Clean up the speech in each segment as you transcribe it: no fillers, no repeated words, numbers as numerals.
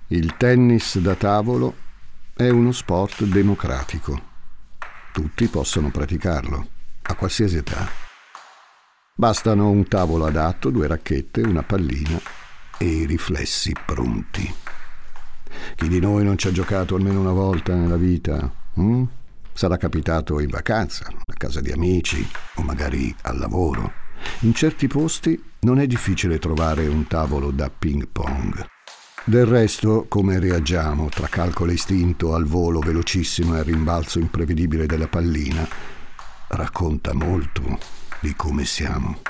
Il tennis da tavolo è uno sport democratico. Tutti possono praticarlo, a qualsiasi età. Bastano un tavolo adatto, 2 racchette, una pallina e i riflessi pronti. Chi di noi non ci ha giocato almeno una volta nella vita? Sarà capitato in vacanza, a casa di amici o magari al lavoro. In certi posti non è difficile trovare un tavolo da ping pong. Del resto, come reagiamo tra calcolo e istinto al volo velocissimo e al rimbalzo imprevedibile della pallina, racconta molto di come siamo.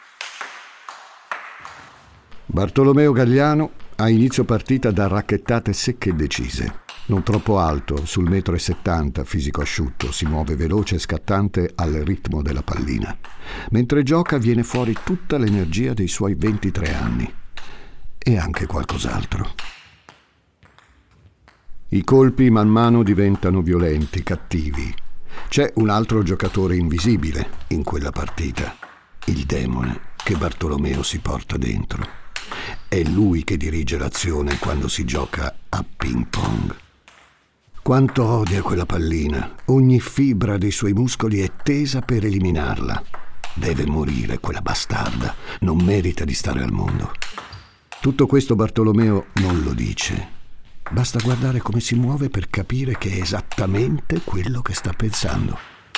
Bartolomeo Galliano ha inizio partita da racchettate secche e decise. Non troppo alto, sul 1,70 m, fisico asciutto, si muove veloce e scattante al ritmo della pallina. Mentre gioca viene fuori tutta l'energia dei suoi 23 anni. E anche qualcos'altro. I colpi man mano diventano violenti, cattivi. C'è un altro giocatore invisibile in quella partita, il demone che Bartolomeo si porta dentro. È lui che dirige l'azione quando si gioca a ping pong. Quanto odia quella pallina, ogni fibra dei suoi muscoli è tesa per eliminarla. Deve morire quella bastarda, non merita di stare al mondo. Tutto questo Bartolomeo non lo dice. Basta guardare come si muove per capire che è esattamente quello che sta pensando.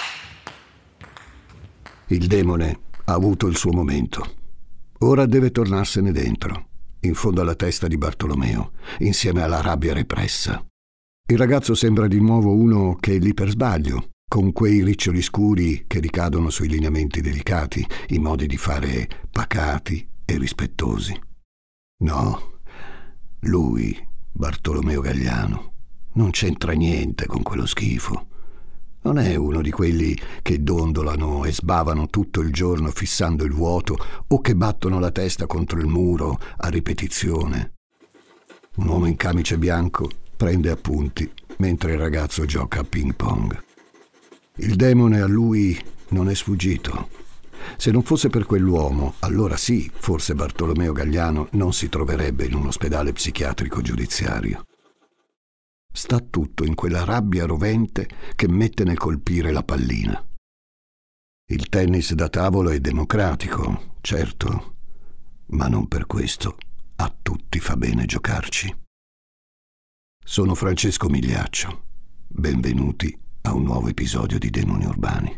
Il demone ha avuto il suo momento. Ora deve tornarsene dentro, in fondo alla testa di Bartolomeo, insieme alla rabbia repressa. Il ragazzo sembra di nuovo uno che è lì per sbaglio, con quei riccioli scuri che ricadono sui lineamenti delicati, i modi di fare pacati e rispettosi. No, lui, Bartolomeo Galliano, non c'entra niente con quello schifo. Non è uno di quelli che dondolano e sbavano tutto il giorno fissando il vuoto o che battono la testa contro il muro a ripetizione. Un uomo in camice bianco prende appunti mentre il ragazzo gioca a ping pong. Il demone a lui non è sfuggito. Se non fosse per quell'uomo, allora sì, forse Bartolomeo Galliano non si troverebbe in un ospedale psichiatrico giudiziario. Sta tutto in quella rabbia rovente che mette nel colpire la pallina. Il tennis da tavolo è democratico, certo, ma non per questo a tutti fa bene giocarci. Sono Francesco Migliaccio. Benvenuti a un nuovo episodio di Demoni Urbani.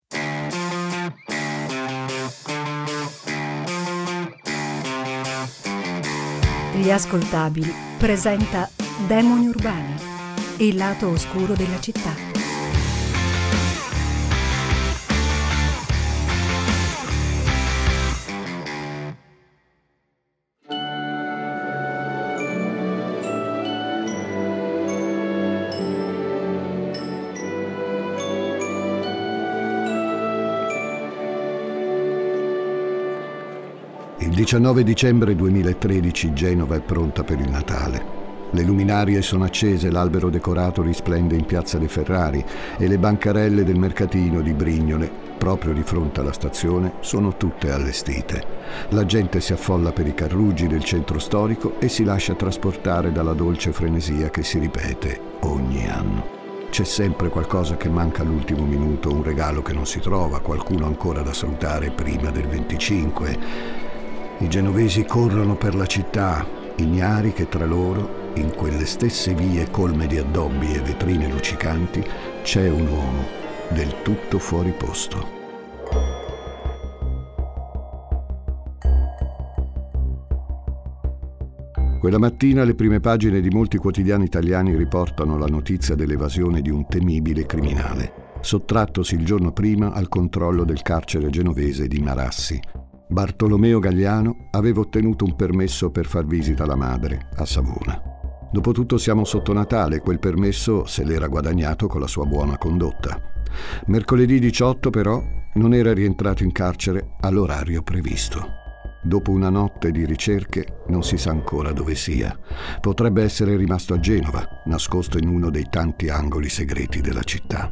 Gli Ascoltabili presenta Demoni Urbani, il lato oscuro della città. Il 19 dicembre 2013 Genova è pronta per il Natale. Le luminarie sono accese, l'albero decorato risplende in Piazza dei Ferrari e le bancarelle del mercatino di Brignole, proprio di fronte alla stazione, sono tutte allestite. La gente si affolla per i carruggi del centro storico e si lascia trasportare dalla dolce frenesia che si ripete ogni anno. C'è sempre qualcosa che manca all'ultimo minuto, un regalo che non si trova, qualcuno ancora da salutare prima del 25. I genovesi corrono per la città, ignari che tra loro, in quelle stesse vie colme di addobbi e vetrine luccicanti, c'è un uomo del tutto fuori posto. Quella mattina le prime pagine di molti quotidiani italiani riportano la notizia dell'evasione di un temibile criminale, sottrattosi il giorno prima al controllo del carcere genovese di Marassi. Bartolomeo Galliano aveva ottenuto un permesso per far visita alla madre a Savona. Dopotutto siamo sotto Natale, quel permesso se l'era guadagnato con la sua buona condotta. Mercoledì 18 però non era rientrato in carcere all'orario previsto. Dopo una notte di ricerche non si sa ancora dove sia. Potrebbe essere rimasto a Genova, nascosto in uno dei tanti angoli segreti della città.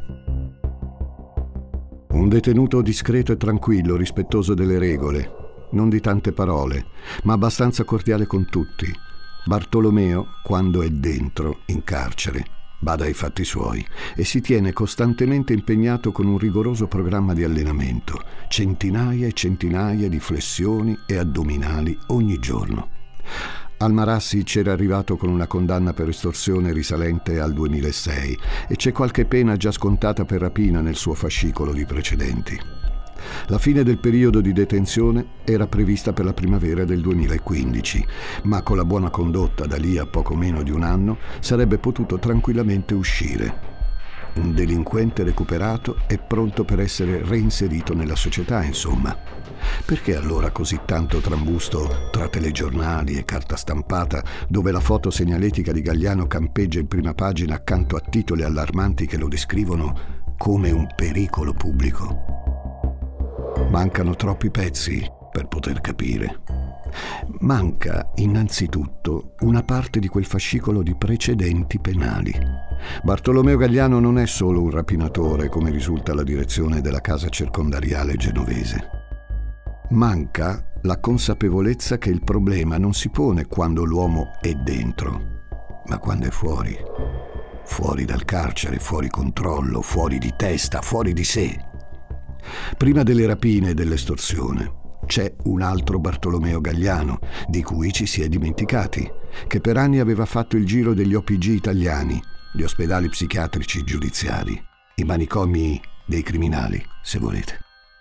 Un detenuto discreto e tranquillo, rispettoso delle regole, non di tante parole, ma abbastanza cordiale con tutti. Bartolomeo, quando è dentro, in carcere, bada ai fatti suoi e si tiene costantemente impegnato con un rigoroso programma di allenamento, centinaia e centinaia di flessioni e addominali ogni giorno. Al Marassi c'era arrivato con una condanna per estorsione risalente al 2006 e c'è qualche pena già scontata per rapina nel suo fascicolo di precedenti. La fine del periodo di detenzione era prevista per la primavera del 2015, ma con la buona condotta da lì a poco meno di un anno sarebbe potuto tranquillamente uscire. Un delinquente recuperato e pronto per essere reinserito nella società, insomma. Perché allora così tanto trambusto tra telegiornali e carta stampata, dove la foto segnaletica di Galliano campeggia in prima pagina accanto a titoli allarmanti che lo descrivono come un pericolo pubblico? Mancano troppi pezzi per poter capire. Manca innanzitutto una parte di quel fascicolo di precedenti penali. Bartolomeo Galliano non è solo un rapinatore, come risulta alla direzione della casa circondariale genovese. Manca la consapevolezza che il problema non si pone quando l'uomo è dentro, ma quando è fuori. Fuori dal carcere, fuori controllo, fuori di testa, fuori di sé. Prima delle rapine e dell'estorsione c'è un altro Bartolomeo Galliano, di cui ci si è dimenticati, che per anni aveva fatto il giro degli OPG italiani, gli ospedali psichiatrici giudiziari, i manicomi dei criminali, se volete.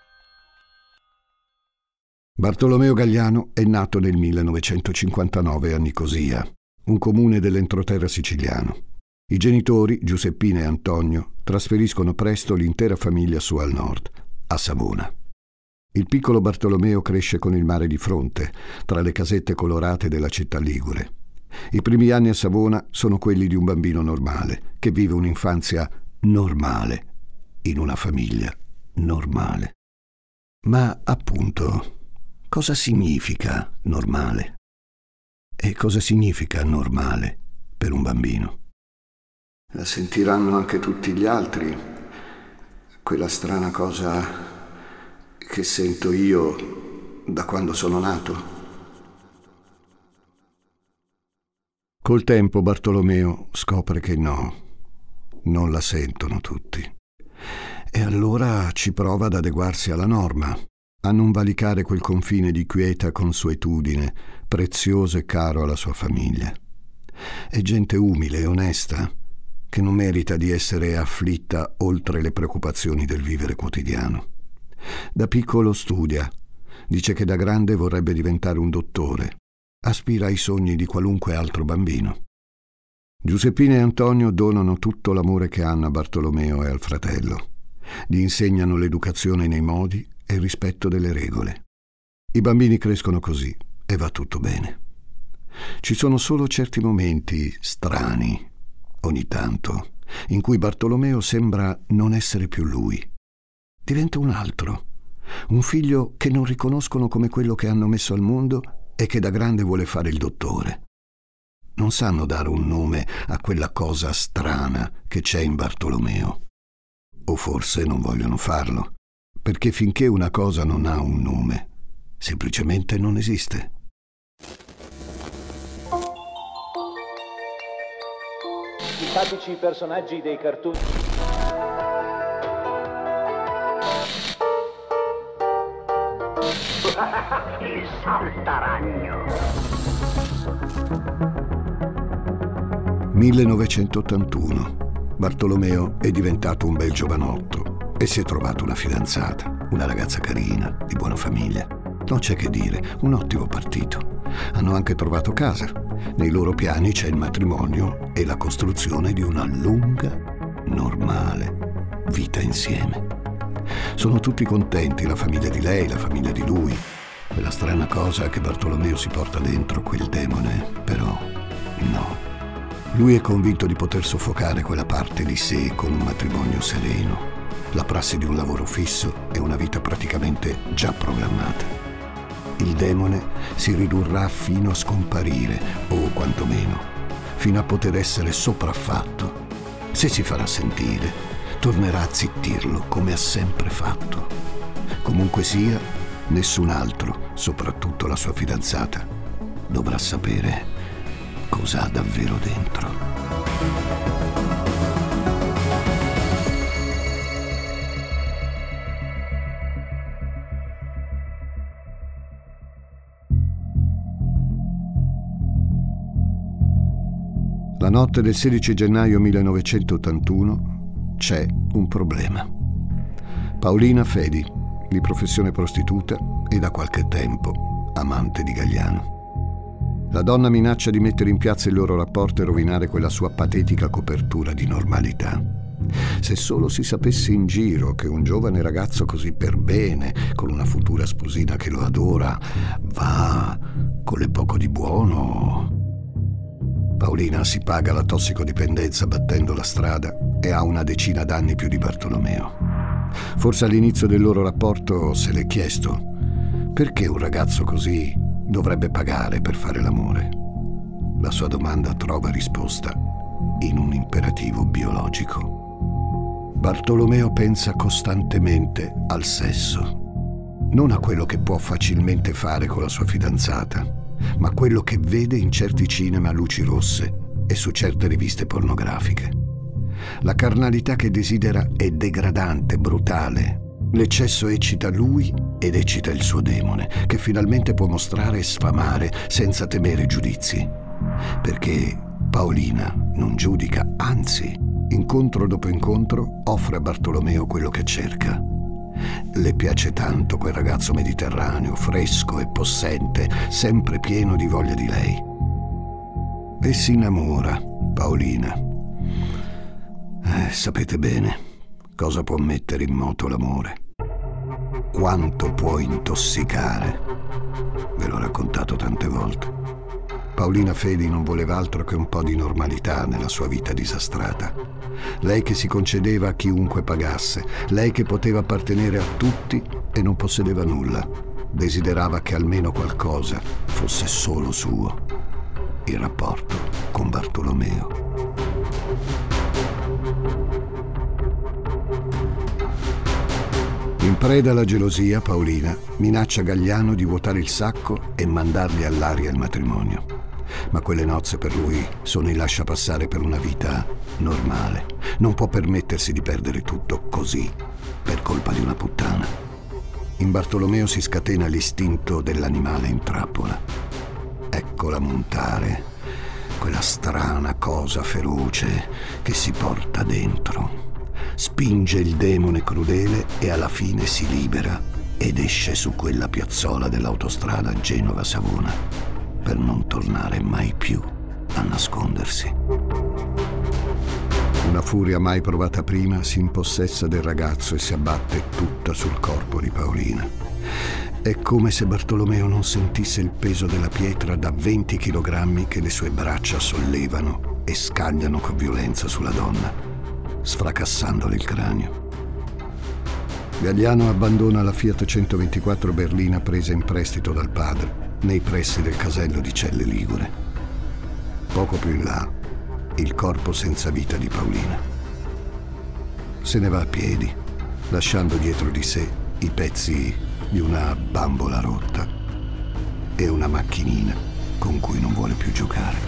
Bartolomeo Galliano è nato nel 1959 a Nicosia, un comune dell'entroterra siciliano. I genitori, Giuseppina e Antonio, trasferiscono presto l'intera famiglia su al nord, a Savona. Il piccolo Bartolomeo cresce con il mare di fronte, tra le casette colorate della città ligure. I primi anni a Savona sono quelli di un bambino normale, che vive un'infanzia normale, in una famiglia normale. Ma appunto, cosa significa normale? E cosa significa normale per un bambino? La sentiranno anche tutti gli altri, quella strana cosa che sento io da quando sono nato. Col tempo Bartolomeo scopre che no, non la sentono tutti. E allora ci prova ad adeguarsi alla norma, a non valicare quel confine di quieta consuetudine, prezioso e caro alla sua famiglia. È gente umile e onesta, che non merita di essere afflitta oltre le preoccupazioni del vivere quotidiano. Da piccolo studia, dice che da grande vorrebbe diventare un dottore, aspira ai sogni di qualunque altro bambino. Giuseppina e Antonio donano tutto l'amore che hanno a Bartolomeo e al fratello. Gli insegnano l'educazione nei modi e il rispetto delle regole. I bambini crescono così e va tutto bene. Ci sono solo certi momenti strani, ogni tanto, in cui Bartolomeo sembra non essere più lui. Diventa un altro, un figlio che non riconoscono come quello che hanno messo al mondo e che da grande vuole fare il dottore. Non sanno dare un nome a quella cosa strana che c'è in Bartolomeo. O forse non vogliono farlo, perché finché una cosa non ha un nome, semplicemente non esiste. Simpatici personaggi dei cartoon. Il saltaragno. 1981. Bartolomeo è diventato un bel giovanotto e si è trovato una fidanzata, una ragazza carina, di buona famiglia. Non c'è che dire, un ottimo partito. Hanno anche trovato casa. Nei loro piani c'è il matrimonio e la costruzione di una lunga, normale vita insieme. Sono tutti contenti, la famiglia di lei, la famiglia di lui. Quella strana cosa che Bartolomeo si porta dentro, quel demone, però no. Lui è convinto di poter soffocare quella parte di sé con un matrimonio sereno, la prassi di un lavoro fisso e una vita praticamente già programmata. Il demone si ridurrà fino a scomparire, o quantomeno, fino a poter essere sopraffatto. Se si farà sentire, tornerà a zittirlo come ha sempre fatto. Comunque sia, nessun altro, soprattutto la sua fidanzata, dovrà sapere cosa ha davvero dentro. La notte del 16 gennaio 1981 c'è un problema. Paolina Fedi, di professione prostituta e da qualche tempo amante di Gagliano. La donna minaccia di mettere in piazza il loro rapporto e rovinare quella sua patetica copertura di normalità. Se solo si sapesse in giro che un giovane ragazzo così per bene, con una futura sposina che lo adora, va con le poco di buono. Paolina si paga la tossicodipendenza battendo la strada e ha una decina d'anni più di Bartolomeo. Forse all'inizio del loro rapporto se l'è chiesto: perché un ragazzo così dovrebbe pagare per fare l'amore? La sua domanda trova risposta in un imperativo biologico. Bartolomeo pensa costantemente al sesso, non a quello che può facilmente fare con la sua fidanzata, ma quello che vede in certi cinema a luci rosse e su certe riviste pornografiche. La carnalità che desidera è degradante, brutale. L'eccesso eccita lui ed eccita il suo demone, che finalmente può mostrare e sfamare senza temere giudizi. Perché Paolina non giudica, anzi, incontro dopo incontro offre a Bartolomeo quello che cerca. Le piace tanto quel ragazzo mediterraneo, fresco e possente, sempre pieno di voglia di lei. E si innamora, Paolina. Sapete bene cosa può mettere in moto l'amore. Quanto può intossicare. Ve l'ho raccontato tante volte. Paolina Fedi non voleva altro che un po' di normalità nella sua vita disastrata. Lei che si concedeva a chiunque pagasse, lei che poteva appartenere a tutti e non possedeva nulla. Desiderava che almeno qualcosa fosse solo suo: il rapporto con Bartolomeo. In preda alla gelosia, Paolina minaccia Gagliano di vuotare il sacco e mandargli all'aria il matrimonio. Ma quelle nozze per lui sono il lasciapassare per una vita normale. Non può permettersi di perdere tutto così, per colpa di una puttana. In Bartolomeo si scatena l'istinto dell'animale in trappola. Eccola montare, quella strana cosa feroce che si porta dentro. Spinge il demone crudele e alla fine si libera ed esce su quella piazzola dell'autostrada Genova-Savona per non tornare mai più a nascondersi. Una furia mai provata prima si impossessa del ragazzo e si abbatte tutta sul corpo di Paolina. È come se Bartolomeo non sentisse il peso della pietra da 20 chilogrammi che le sue braccia sollevano e scagliano con violenza sulla donna, sfracassandole il cranio. Gagliano abbandona la Fiat 124 berlina presa in prestito dal padre nei pressi del casello di Celle Ligure. Poco più in là, il corpo senza vita di Paolina. Se ne va a piedi, lasciando dietro di sé i pezzi di una bambola rotta e una macchinina con cui non vuole più giocare.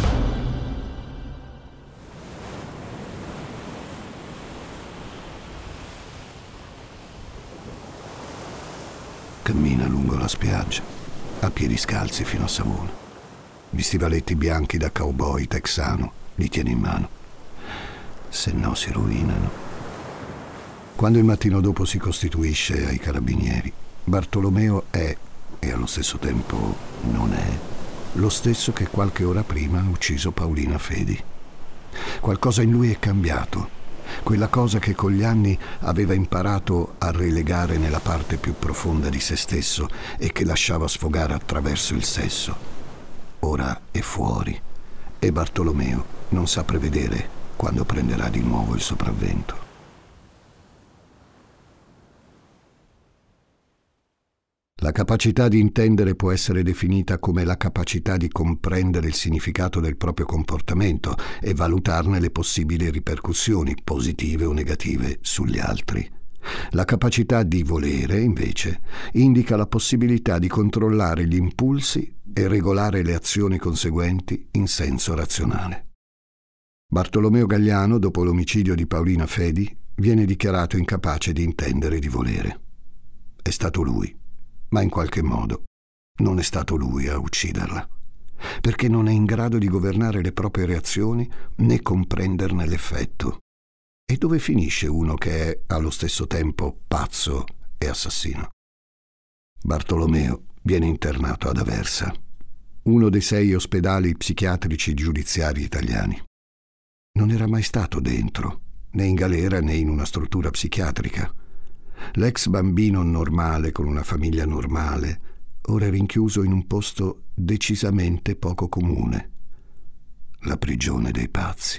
Cammina lungo la spiaggia, a piedi scalzi fino a Savona. Gli stivaletti bianchi da cowboy texano li tiene in mano. Se no si rovinano. Quando il mattino dopo si costituisce ai carabinieri, Bartolomeo è, e allo stesso tempo non è, lo stesso che qualche ora prima ha ucciso Paolina Fedi. Qualcosa in lui è cambiato. Quella cosa che con gli anni aveva imparato a relegare nella parte più profonda di se stesso e che lasciava sfogare attraverso il sesso. Ora è fuori e Bartolomeo non sa prevedere quando prenderà di nuovo il sopravvento. La capacità di intendere può essere definita come la capacità di comprendere il significato del proprio comportamento e valutarne le possibili ripercussioni, positive o negative, sugli altri. La capacità di volere, invece, indica la possibilità di controllare gli impulsi e regolare le azioni conseguenti in senso razionale. Bartolomeo Gagliano, dopo l'omicidio di Paolina Fedi, viene dichiarato incapace di intendere e di volere. È stato lui, ma in qualche modo non è stato lui a ucciderla, perché non è in grado di governare le proprie reazioni né comprenderne l'effetto. E dove finisce uno che è allo stesso tempo pazzo e assassino? Bartolomeo viene internato ad Aversa, uno dei 6 ospedali psichiatrici giudiziari italiani. Non era mai stato dentro, né in galera né in una struttura psichiatrica. L'ex bambino normale con una famiglia normale, ora è rinchiuso in un posto decisamente poco comune, la prigione dei pazzi.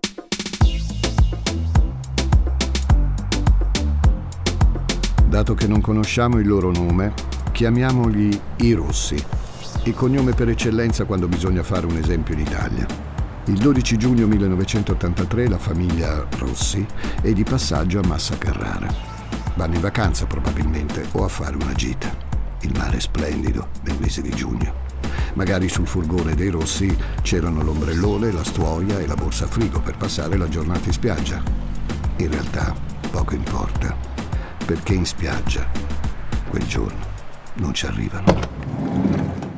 Dato che non conosciamo il loro nome, chiamiamoli i Rossi, il cognome per eccellenza quando bisogna fare un esempio in Italia. Il 12 giugno 1983 la famiglia Rossi è di passaggio a Massa Carrara. Vanno in vacanza probabilmente o a fare una gita. Il mare è splendido nel mese di giugno. Magari sul furgone dei Rossi c'erano l'ombrellone, la stuoia e la borsa frigo per passare la giornata in spiaggia. In realtà poco importa, perché in spiaggia quel giorno non ci arrivano.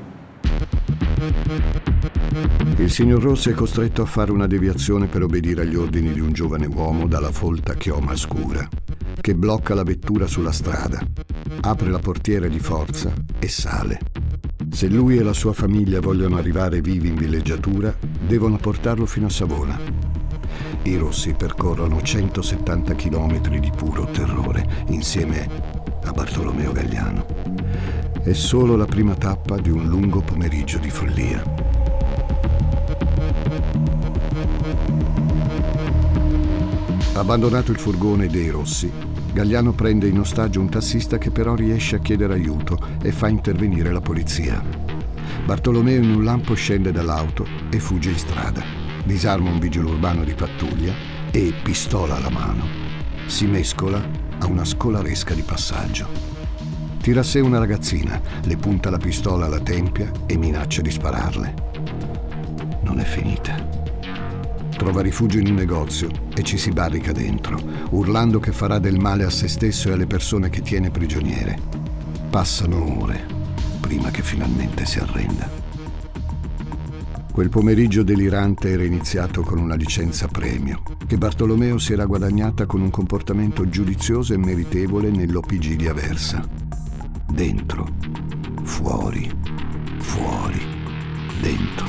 Il signor Rossi è costretto a fare una deviazione per obbedire agli ordini di un giovane uomo dalla folta chioma scura, che blocca la vettura sulla strada, apre la portiera di forza e sale. Se lui e la sua famiglia vogliono arrivare vivi in villeggiatura, devono portarlo fino a Savona. I Rossi percorrono 170 chilometri di puro terrore insieme a Bartolomeo Gagliano. È solo la prima tappa di un lungo pomeriggio di follia. Abbandonato il furgone dei Rossi, Gagliano prende in ostaggio un tassista che però riesce a chiedere aiuto e fa intervenire la polizia. Bartolomeo in un lampo scende dall'auto e fugge in strada. Disarma un vigile urbano di pattuglia e, pistola alla mano, si mescola a una scolaresca di passaggio. Tira a sé una ragazzina, le punta la pistola alla tempia e minaccia di spararle. Non è finita. Trova rifugio in un negozio e ci si barrica dentro, urlando che farà del male a se stesso e alle persone che tiene prigioniere. Passano ore prima che finalmente si arrenda. Quel pomeriggio delirante era iniziato con una licenza premio che Bartolomeo si era guadagnata con un comportamento giudizioso e meritevole nell'OPG di Aversa. Dentro, fuori, fuori, dentro.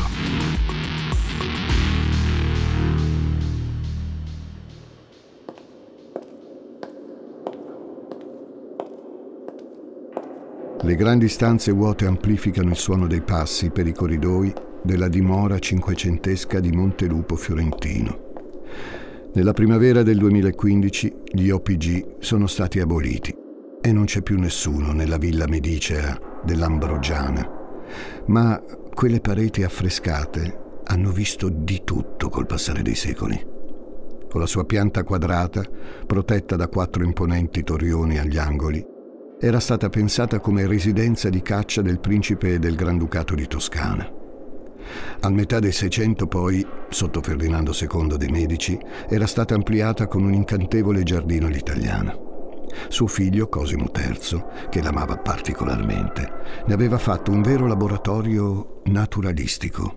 Le grandi stanze vuote amplificano il suono dei passi per i corridoi della dimora cinquecentesca di Montelupo Fiorentino. Nella primavera del 2015 gli OPG sono stati aboliti e non c'è più nessuno nella villa medicea dell'Ambrogiana, ma quelle pareti affrescate hanno visto di tutto col passare dei secoli. Con la sua pianta quadrata, protetta da 4 imponenti torrioni agli angoli, era stata pensata come residenza di caccia del principe del Granducato di Toscana. A metà del Seicento poi, sotto Ferdinando II dei Medici, era stata ampliata con un incantevole giardino all'italiana. Suo figlio, Cosimo III, che l'amava particolarmente, ne aveva fatto un vero laboratorio naturalistico.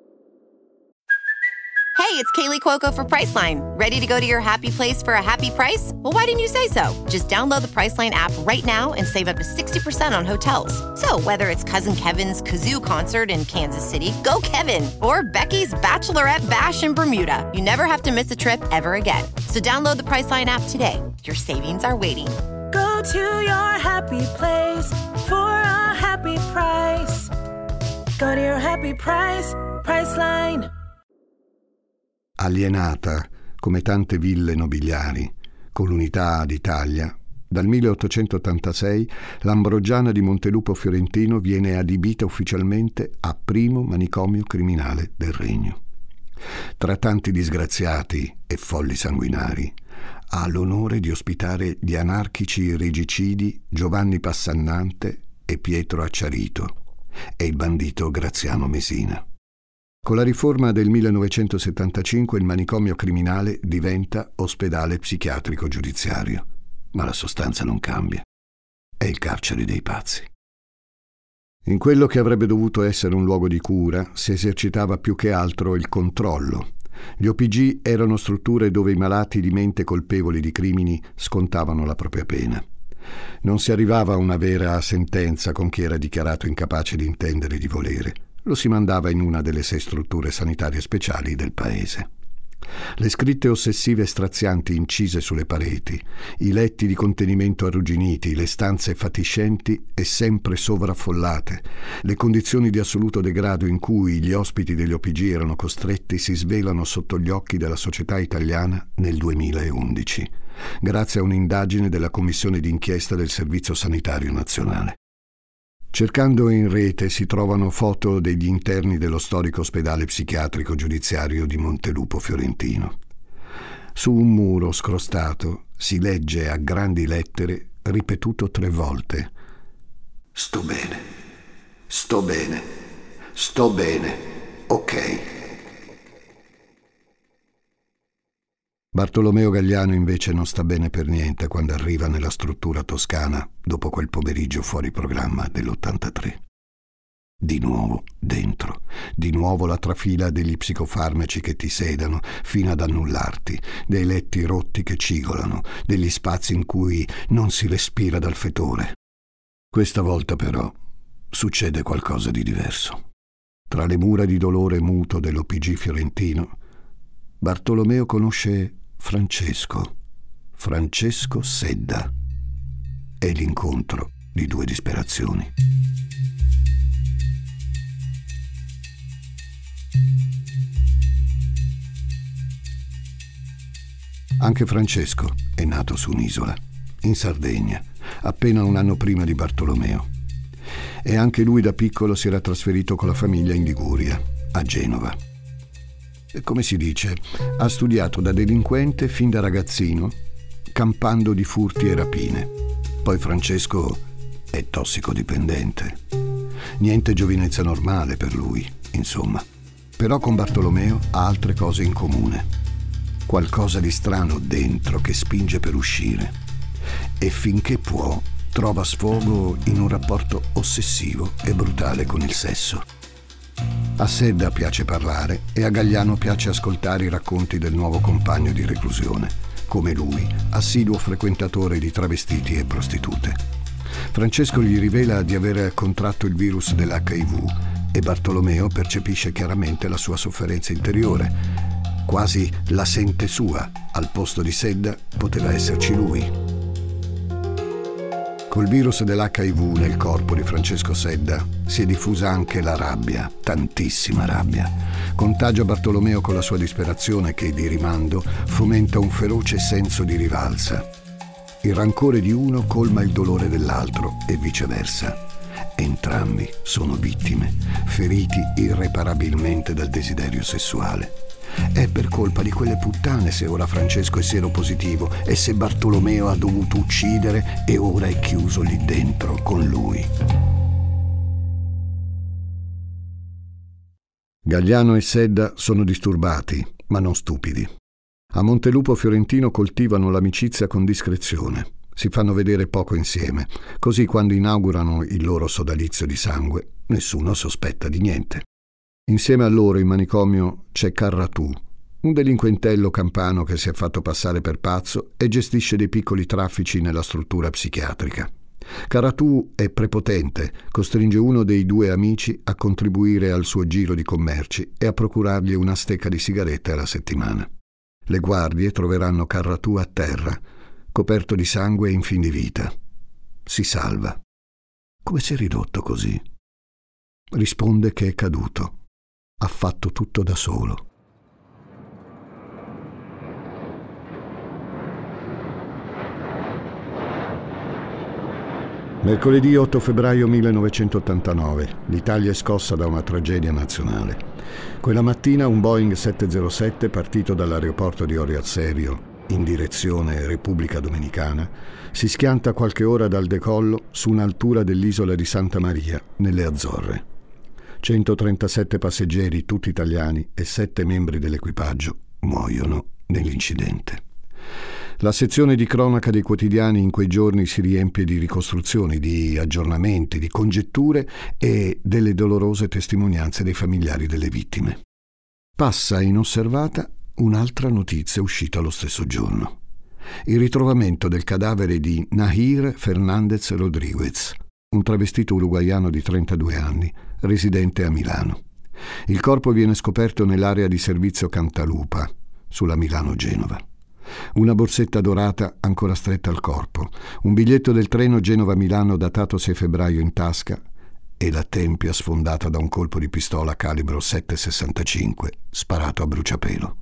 Hey, it's Kaylee Cuoco for Priceline. Ready to go to your happy place for a happy price? Well, why didn't you say so? Just download the Priceline app right now and save up to 60% on hotels. So whether it's Cousin Kevin's Kazoo Concert in Kansas City, go Kevin, or Becky's Bachelorette Bash in Bermuda, you never have to miss a trip ever again. So download the Priceline app today. Your savings are waiting. Go to your happy place for a happy price. Go to your happy price, Priceline. Alienata, come tante ville nobiliari, con l'unità d'Italia, dal 1886 l'Ambrogiana di Montelupo Fiorentino viene adibita ufficialmente a primo manicomio criminale del regno. Tra tanti disgraziati e folli sanguinari, ha l'onore di ospitare gli anarchici regicidi Giovanni Passannante e Pietro Acciarito e il bandito Graziano Mesina. Con la riforma del 1975 il manicomio criminale diventa ospedale psichiatrico giudiziario, ma la sostanza non cambia. È il carcere dei pazzi. In quello che avrebbe dovuto essere un luogo di cura si esercitava più che altro il controllo. Gli OPG erano strutture dove i malati di mente colpevoli di crimini scontavano la propria pena. Non si arrivava a una vera sentenza con chi era dichiarato incapace di intendere e di volere. Lo si mandava in una delle 6 strutture sanitarie speciali del paese. Le scritte ossessive e strazianti incise sulle pareti, i letti di contenimento arrugginiti, le stanze fatiscenti e sempre sovraffollate, le condizioni di assoluto degrado in cui gli ospiti degli OPG erano costretti si svelano sotto gli occhi della società italiana nel 2011, grazie a un'indagine della Commissione d'inchiesta del Servizio Sanitario Nazionale. Cercando in rete si trovano foto degli interni dello storico ospedale psichiatrico giudiziario di Montelupo Fiorentino. Su un muro scrostato si legge a grandi lettere, ripetuto 3 volte: «Sto bene, sto bene, sto bene, ok». Bartolomeo Gagliano invece non sta bene per niente quando arriva nella struttura toscana dopo quel pomeriggio fuori programma dell'83. Di nuovo dentro, di nuovo la trafila degli psicofarmaci che ti sedano fino ad annullarti, dei letti rotti che cigolano, degli spazi in cui non si respira dal fetore. Questa volta però succede qualcosa di diverso. Tra le mura di dolore muto dell'OPG fiorentino, Bartolomeo conosce Francesco Sedda. È l'incontro di 2 disperazioni. Anche Francesco è nato su un'isola, in Sardegna, appena un anno prima di Bartolomeo. E anche lui da piccolo si era trasferito con la famiglia in Liguria, a Genova. Come si dice, ha studiato da delinquente fin da ragazzino, campando di furti e rapine. Poi Francesco è tossicodipendente. Niente giovinezza normale per lui, insomma. Però con Bartolomeo ha altre cose in comune. Qualcosa di strano dentro che spinge per uscire. E finché può, trova sfogo in un rapporto ossessivo e brutale con il sesso. A Sedda piace parlare e a Gagliano piace ascoltare i racconti del nuovo compagno di reclusione, come lui, assiduo frequentatore di travestiti e prostitute. Francesco gli rivela di aver contratto il virus dell'HIV e Bartolomeo percepisce chiaramente la sua sofferenza interiore. Quasi la sente sua, al posto di Sedda poteva esserci lui. Col virus dell'HIV nel corpo di Francesco Sedda si è diffusa anche la rabbia, tantissima rabbia. Contagia Bartolomeo con la sua disperazione che, di rimando, fomenta un feroce senso di rivalsa. Il rancore di uno colma il dolore dell'altro e viceversa. Entrambi sono vittime, feriti irreparabilmente dal desiderio sessuale. È per colpa di quelle puttane se ora Francesco è seropositivo e se Bartolomeo ha dovuto uccidere e ora è chiuso lì dentro con lui. Gagliano e Sedda sono disturbati, ma non stupidi. A Montelupo Fiorentino coltivano l'amicizia con discrezione. Si fanno vedere poco insieme, così quando inaugurano il loro sodalizio di sangue, nessuno sospetta di niente. Insieme a loro in manicomio c'è Carratù, un delinquentello campano che si è fatto passare per pazzo e gestisce dei piccoli traffici nella struttura psichiatrica. Carratù è prepotente, costringe uno dei 2 amici a contribuire al suo giro di commerci e a procurargli una stecca di sigarette alla settimana. Le guardie troveranno Carratù a terra, coperto di sangue e in fin di vita. Si salva. Come si è ridotto così? Risponde che è caduto. Ha fatto tutto da solo. Mercoledì 8 febbraio 1989. L'Italia è scossa da una tragedia nazionale. Quella mattina un Boeing 707 partito dall'aeroporto di Orio al Serio in direzione Repubblica Dominicana, si schianta qualche ora dal decollo su un'altura dell'isola di Santa Maria, nelle Azzorre. 137 passeggeri, tutti italiani, e 7 membri dell'equipaggio muoiono nell'incidente. La sezione di cronaca dei quotidiani in quei giorni si riempie di ricostruzioni, di aggiornamenti, di congetture e delle dolorose testimonianze dei familiari delle vittime. Passa inosservata un'altra notizia uscita lo stesso giorno: il ritrovamento del cadavere di Nahir Fernández Rodríguez, un travestito uruguaiano di 32 anni, residente a Milano. Il corpo viene scoperto nell'area di servizio Cantalupa, sulla Milano-Genova. Una borsetta dorata ancora stretta al corpo, un biglietto del treno Genova-Milano datato 6 febbraio in tasca e la tempia sfondata da un colpo di pistola calibro 7,65 sparato a bruciapelo.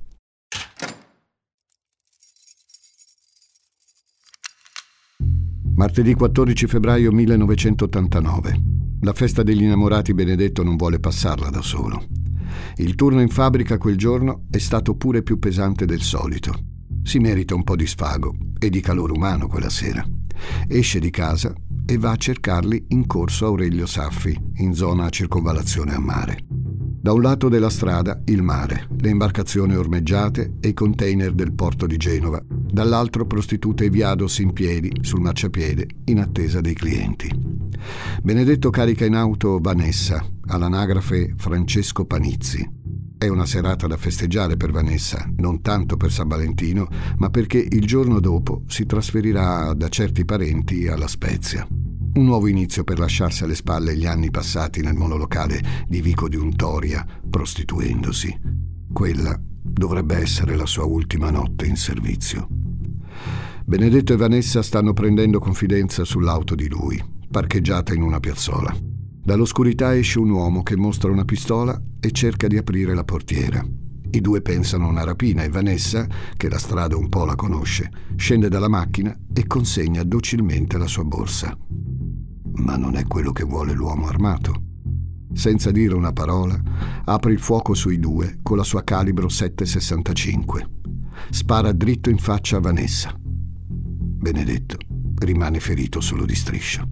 Martedì 14 febbraio 1989. La festa degli innamorati Benedetto non vuole passarla da solo. Il turno in fabbrica quel giorno è stato pure più pesante del solito. Si merita un po' di sfago e di calore umano quella sera. Esce di casa e va a cercarli in corso Aurelio Saffi, in zona circonvallazione a mare. Da un lato della strada il mare, le imbarcazioni ormeggiate e i container del porto di Genova, dall'altro prostitute e viados in piedi sul marciapiede in attesa dei clienti. Benedetto carica in auto Vanessa, all'anagrafe Francesco Panizzi. È una serata da festeggiare per Vanessa, non tanto per San Valentino, ma perché il giorno dopo si trasferirà da certi parenti alla Spezia. Un nuovo inizio per lasciarsi alle spalle gli anni passati nel monolocale di Vico di Untoria, prostituendosi. Quella dovrebbe essere la sua ultima notte in servizio. Benedetto e Vanessa stanno prendendo confidenza sull'auto di lui, parcheggiata in una piazzola. Dall'oscurità esce un uomo che mostra una pistola e cerca di aprire la portiera. I due pensano a una rapina e Vanessa, che la strada un po' la conosce, scende dalla macchina e consegna docilmente la sua borsa. Ma non è quello che vuole l'uomo armato. Senza dire una parola, apre il fuoco sui due con la sua calibro 7,65. Spara dritto in faccia a Vanessa. Benedetto rimane ferito solo di striscia.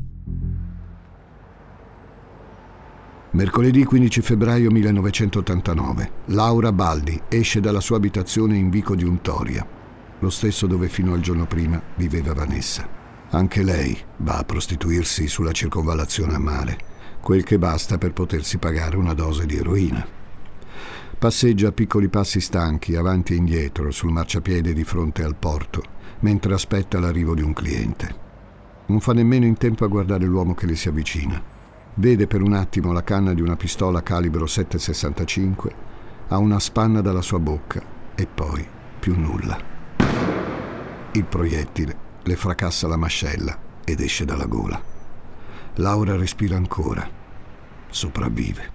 Mercoledì 15 febbraio 1989. Laura Baldi esce dalla sua abitazione in Vico di Untoria, lo stesso dove fino al giorno prima viveva Vanessa. Anche lei va a prostituirsi sulla circonvallazione a mare, quel che basta per potersi pagare una dose di eroina. Passeggia a piccoli passi stanchi avanti e indietro sul marciapiede di fronte al porto, mentre aspetta l'arrivo di un cliente. Non fa nemmeno in tempo a guardare l'uomo che le si avvicina. Vede per un attimo la canna di una pistola calibro 7,65, ha una spanna dalla sua bocca e poi più nulla. Il proiettile le fracassa la mascella ed esce dalla gola. Laura respira ancora, sopravvive.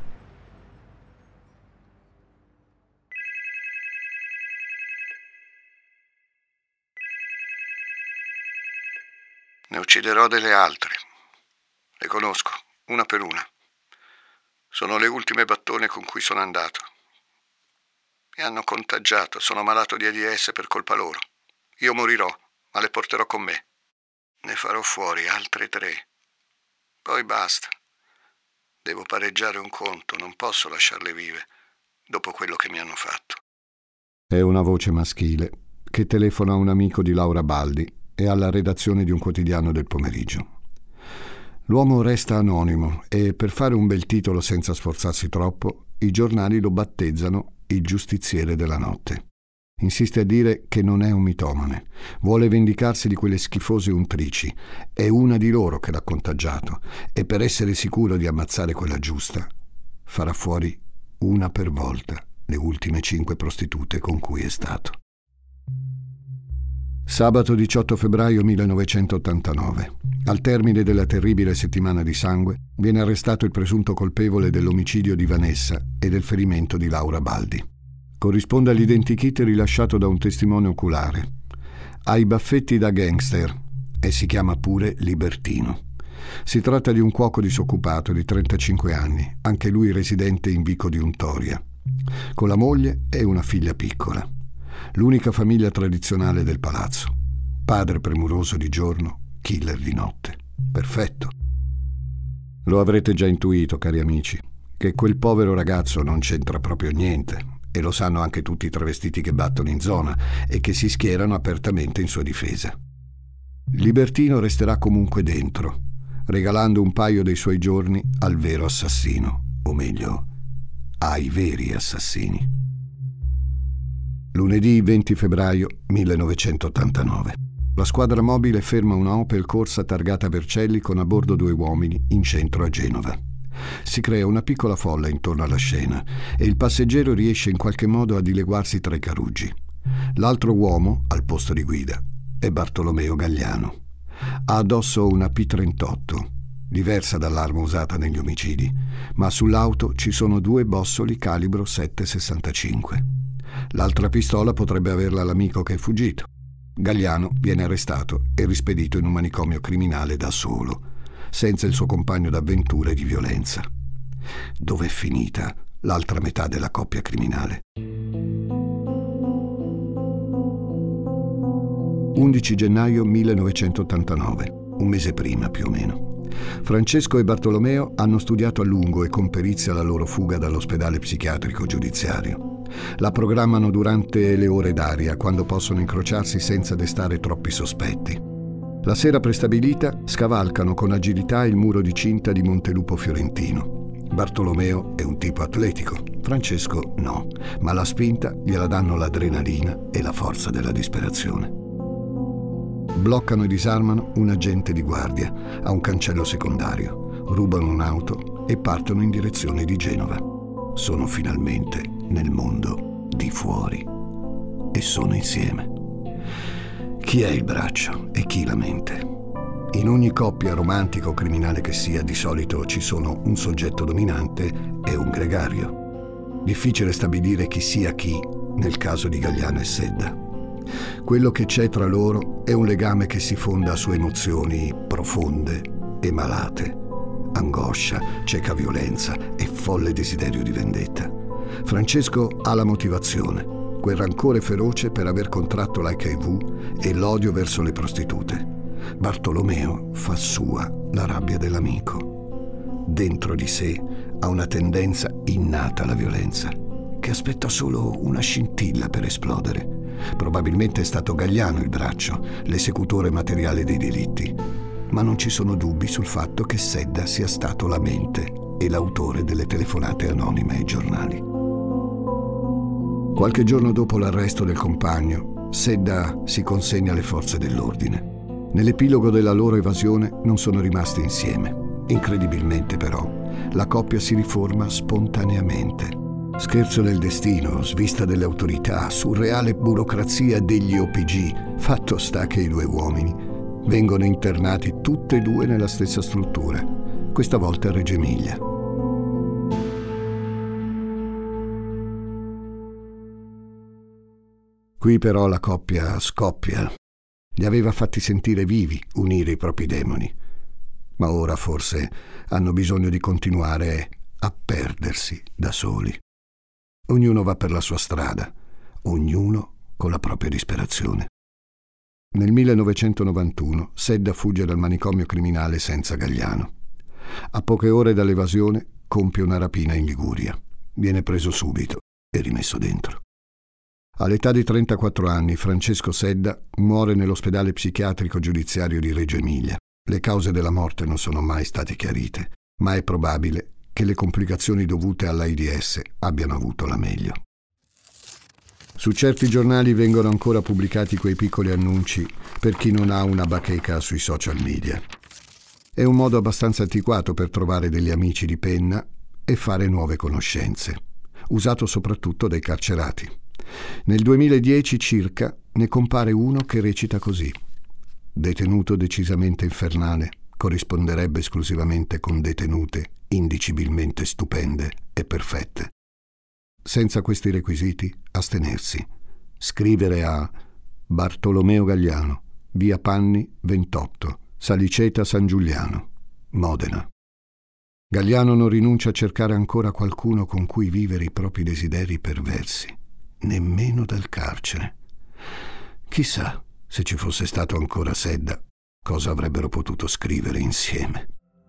Ne ucciderò delle altre. Le conosco, una per una. Sono le ultime battone con cui sono andato. Mi hanno contagiato, sono malato di AIDS per colpa loro. Io morirò, ma le porterò con me. Ne farò fuori altre 3. Poi basta. Devo pareggiare un conto, non posso lasciarle vive, dopo quello che mi hanno fatto. È una voce maschile che telefona a un amico di Laura Baldi e alla redazione di un quotidiano del pomeriggio. L'uomo resta anonimo e, per fare un bel titolo senza sforzarsi troppo, i giornali lo battezzano il giustiziere della notte. Insiste a dire che non è un mitomane, vuole vendicarsi di quelle schifose untrici, è una di loro che l'ha contagiato e per essere sicuro di ammazzare quella giusta farà fuori una per volta le ultime 5 prostitute con cui è stato. Sabato 18 febbraio 1989. Al termine della terribile settimana di sangue, viene arrestato il presunto colpevole dell'omicidio di Vanessa e del ferimento di Laura Baldi. Corrisponde all'identikit rilasciato da un testimone oculare. Ha i baffetti da gangster e si chiama pure Libertino. Si tratta di un cuoco disoccupato di 35 anni, anche lui residente in Vico di Untoria, con la moglie e una figlia piccola. l'unica famiglia tradizionale del palazzo. Padre premuroso di giorno, killer di notte. Perfetto. Lo avrete già intuito, cari amici, che quel povero ragazzo non c'entra proprio niente, e lo sanno anche tutti i travestiti che battono in zona e che si schierano apertamente in sua difesa. Libertino resterà comunque dentro, regalando un paio dei suoi giorni al vero assassino, o meglio, ai veri assassini. Lunedì 20 febbraio 1989. La squadra mobile ferma una Opel Corsa targata Vercelli con a bordo 2 uomini in centro a Genova. Si crea una piccola folla intorno alla scena e il passeggero riesce in qualche modo a dileguarsi tra i caruggi. L'altro uomo, al posto di guida, è Bartolomeo Gagliano. Ha addosso una P38, diversa dall'arma usata negli omicidi, ma sull'auto ci sono 2 bossoli calibro 7,65. L'altra pistola potrebbe averla l'amico che è fuggito. Gagliano viene arrestato e rispedito in un manicomio criminale da solo, senza il suo compagno d'avventure e di violenza. Dov'è finita l'altra metà della coppia criminale? 11 gennaio 1989, un mese prima più o meno. Francesco e Bartolomeo hanno studiato a lungo e con perizia la loro fuga dall'ospedale psichiatrico giudiziario. La programmano durante le ore d'aria, quando possono incrociarsi senza destare troppi sospetti. La sera prestabilita scavalcano con agilità il muro di cinta di Montelupo Fiorentino. Bartolomeo è un tipo atletico, Francesco no, ma la spinta gliela danno l'adrenalina e la forza della disperazione. Bloccano e disarmano un agente di guardia a un cancello secondario, rubano un'auto e partono in direzione di Genova. Sono finalmente nel mondo di fuori e sono insieme. Chi è il braccio e chi la mente? In ogni coppia romantica o criminale che sia, di solito ci sono un soggetto dominante e un gregario. Difficile stabilire chi sia chi nel caso di Gagliano e Sedda. Quello che c'è tra loro è un legame che si fonda su emozioni profonde e malate, angoscia, cieca violenza e folle desiderio di vendetta. Francesco ha la motivazione, quel rancore feroce per aver contratto l'HIV e l'odio verso le prostitute. Bartolomeo fa sua la rabbia dell'amico. Dentro di sé ha una tendenza innata alla violenza, che aspetta solo una scintilla per esplodere. Probabilmente è stato Gagliano il braccio, l'esecutore materiale dei delitti, ma non ci sono dubbi sul fatto che Sedda sia stato la mente e l'autore delle telefonate anonime ai giornali. Qualche giorno dopo l'arresto del compagno, Sedda si consegna alle forze dell'ordine. Nell'epilogo della loro evasione non sono rimasti insieme. Incredibilmente però, la coppia si riforma spontaneamente. Scherzo del destino, svista delle autorità, surreale burocrazia degli OPG. Fatto sta che i 2 uomini vengono internati tutte e 2 nella stessa struttura, questa volta a Reggio Emilia. Qui però la coppia scoppia. Li aveva fatti sentire vivi, unire i propri demoni. Ma ora forse hanno bisogno di continuare a perdersi da soli. Ognuno va per la sua strada, ognuno con la propria disperazione. Nel 1991 Sedda fugge dal manicomio criminale senza Gagliano. A poche ore dall'evasione compie una rapina in Liguria. Viene preso subito e rimesso dentro. All'età di 34 anni Francesco Sedda muore nell'ospedale psichiatrico giudiziario di Reggio Emilia. Le cause della morte non sono mai state chiarite, ma è probabile che le complicazioni dovute all'AIDS abbiano avuto la meglio. Su certi giornali vengono ancora pubblicati quei piccoli annunci per chi non ha una bacheca sui social media. È un modo abbastanza antiquato per trovare degli amici di penna e fare nuove conoscenze, usato soprattutto dai carcerati. Nel 2010 circa ne compare uno che recita così: detenuto decisamente infernale corrisponderebbe esclusivamente con detenute indicibilmente stupende e perfette. Senza questi requisiti, astenersi. Scrivere a Bartolomeo Gagliano, via Panni 28, Saliceta San Giuliano, Modena. Gagliano non rinuncia a cercare ancora qualcuno con cui vivere i propri desideri perversi. nemmeno dal carcere. Chissà, se ci fosse stato ancora Sedda, cosa avrebbero potuto scrivere insieme.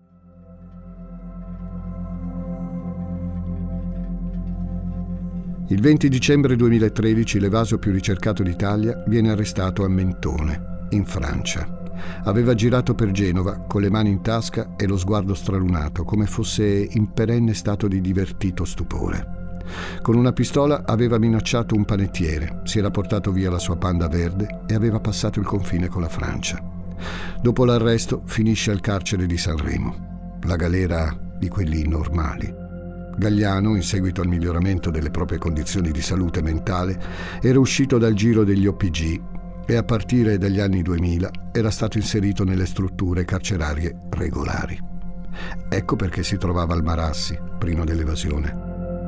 Il 20 dicembre 2013 l'evaso più ricercato d'Italia viene arrestato a Mentone, in Francia. Aveva girato per Genova con le mani in tasca e lo sguardo stralunato, come fosse in perenne stato di divertito stupore. Con una pistola aveva minacciato un panettiere, si era portato via la sua Panda verde e aveva passato il confine con la Francia. Dopo l'arresto finisce al carcere di Sanremo, la galera di quelli normali. Gagliano, in seguito al miglioramento delle proprie condizioni di salute mentale, era uscito dal giro degli OPG e a partire dagli anni 2000 era stato inserito nelle strutture carcerarie regolari. Ecco perché si trovava al Marassi, prima dell'evasione.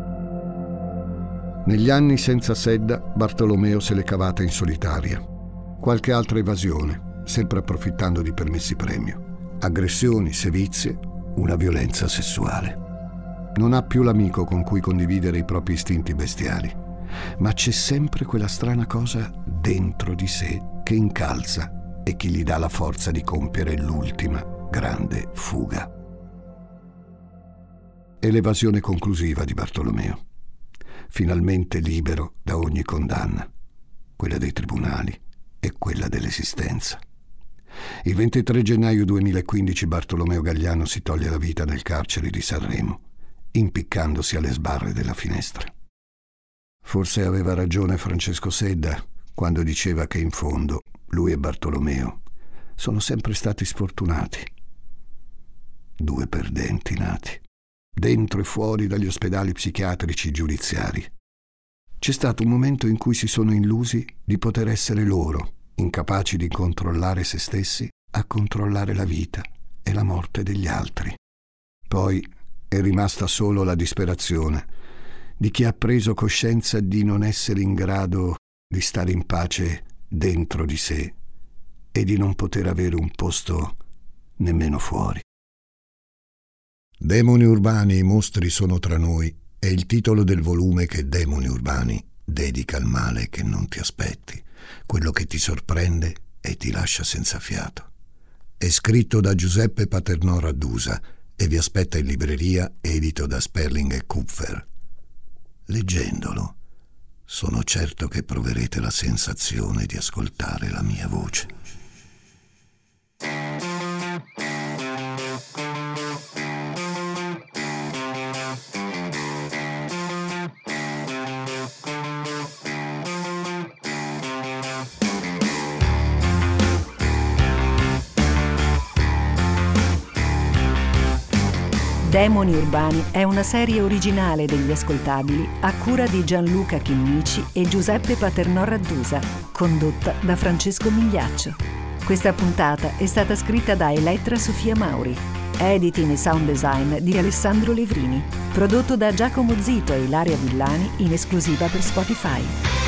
Negli anni senza Sedda, Bartolomeo se l'è cavata in solitaria. Qualche altra evasione, sempre approfittando di permessi premio. Aggressioni, sevizie, una violenza sessuale. Non ha più l'amico con cui condividere i propri istinti bestiali, ma c'è sempre quella strana cosa dentro di sé che incalza e che gli dà la forza di compiere l'ultima grande fuga. È l'evasione conclusiva di Bartolomeo. Finalmente libero da ogni condanna, quella dei tribunali e quella dell'esistenza. Il 23 gennaio 2015 Bartolomeo Gagliano si toglie la vita nel carcere di Sanremo, impiccandosi alle sbarre della finestra. Forse aveva ragione Francesco Sedda quando diceva che in fondo lui e Bartolomeo sono sempre stati sfortunati. Due perdenti nati, dentro e fuori dagli ospedali psichiatrici giudiziari. C'è stato un momento in cui si sono illusi di poter essere loro, incapaci di controllare se stessi, a controllare la vita e la morte degli altri. Poi è rimasta solo la disperazione di chi ha preso coscienza di non essere in grado di stare in pace dentro di sé e di non poter avere un posto nemmeno fuori. Demoni urbani, i mostri sono tra noi è il titolo del volume che Demoni urbani dedica al male che non ti aspetti, quello che ti sorprende e ti lascia senza fiato. È scritto da Giuseppe Paternò Raddusa e vi aspetta in libreria, edito da Sperling e Kupfer. Leggendolo, sono certo che proverete la sensazione di ascoltare la mia voce. Demoni urbani è una serie originale degli Ascoltabili a cura di Gianluca Chinnici e Giuseppe Paternò Raddusa, condotta da Francesco Migliaccio. Questa puntata è stata scritta da Elettra Sofia Mauri, editing e sound design di Alessandro Levrini, prodotto da Giacomo Zito e Ilaria Villani in esclusiva per Spotify.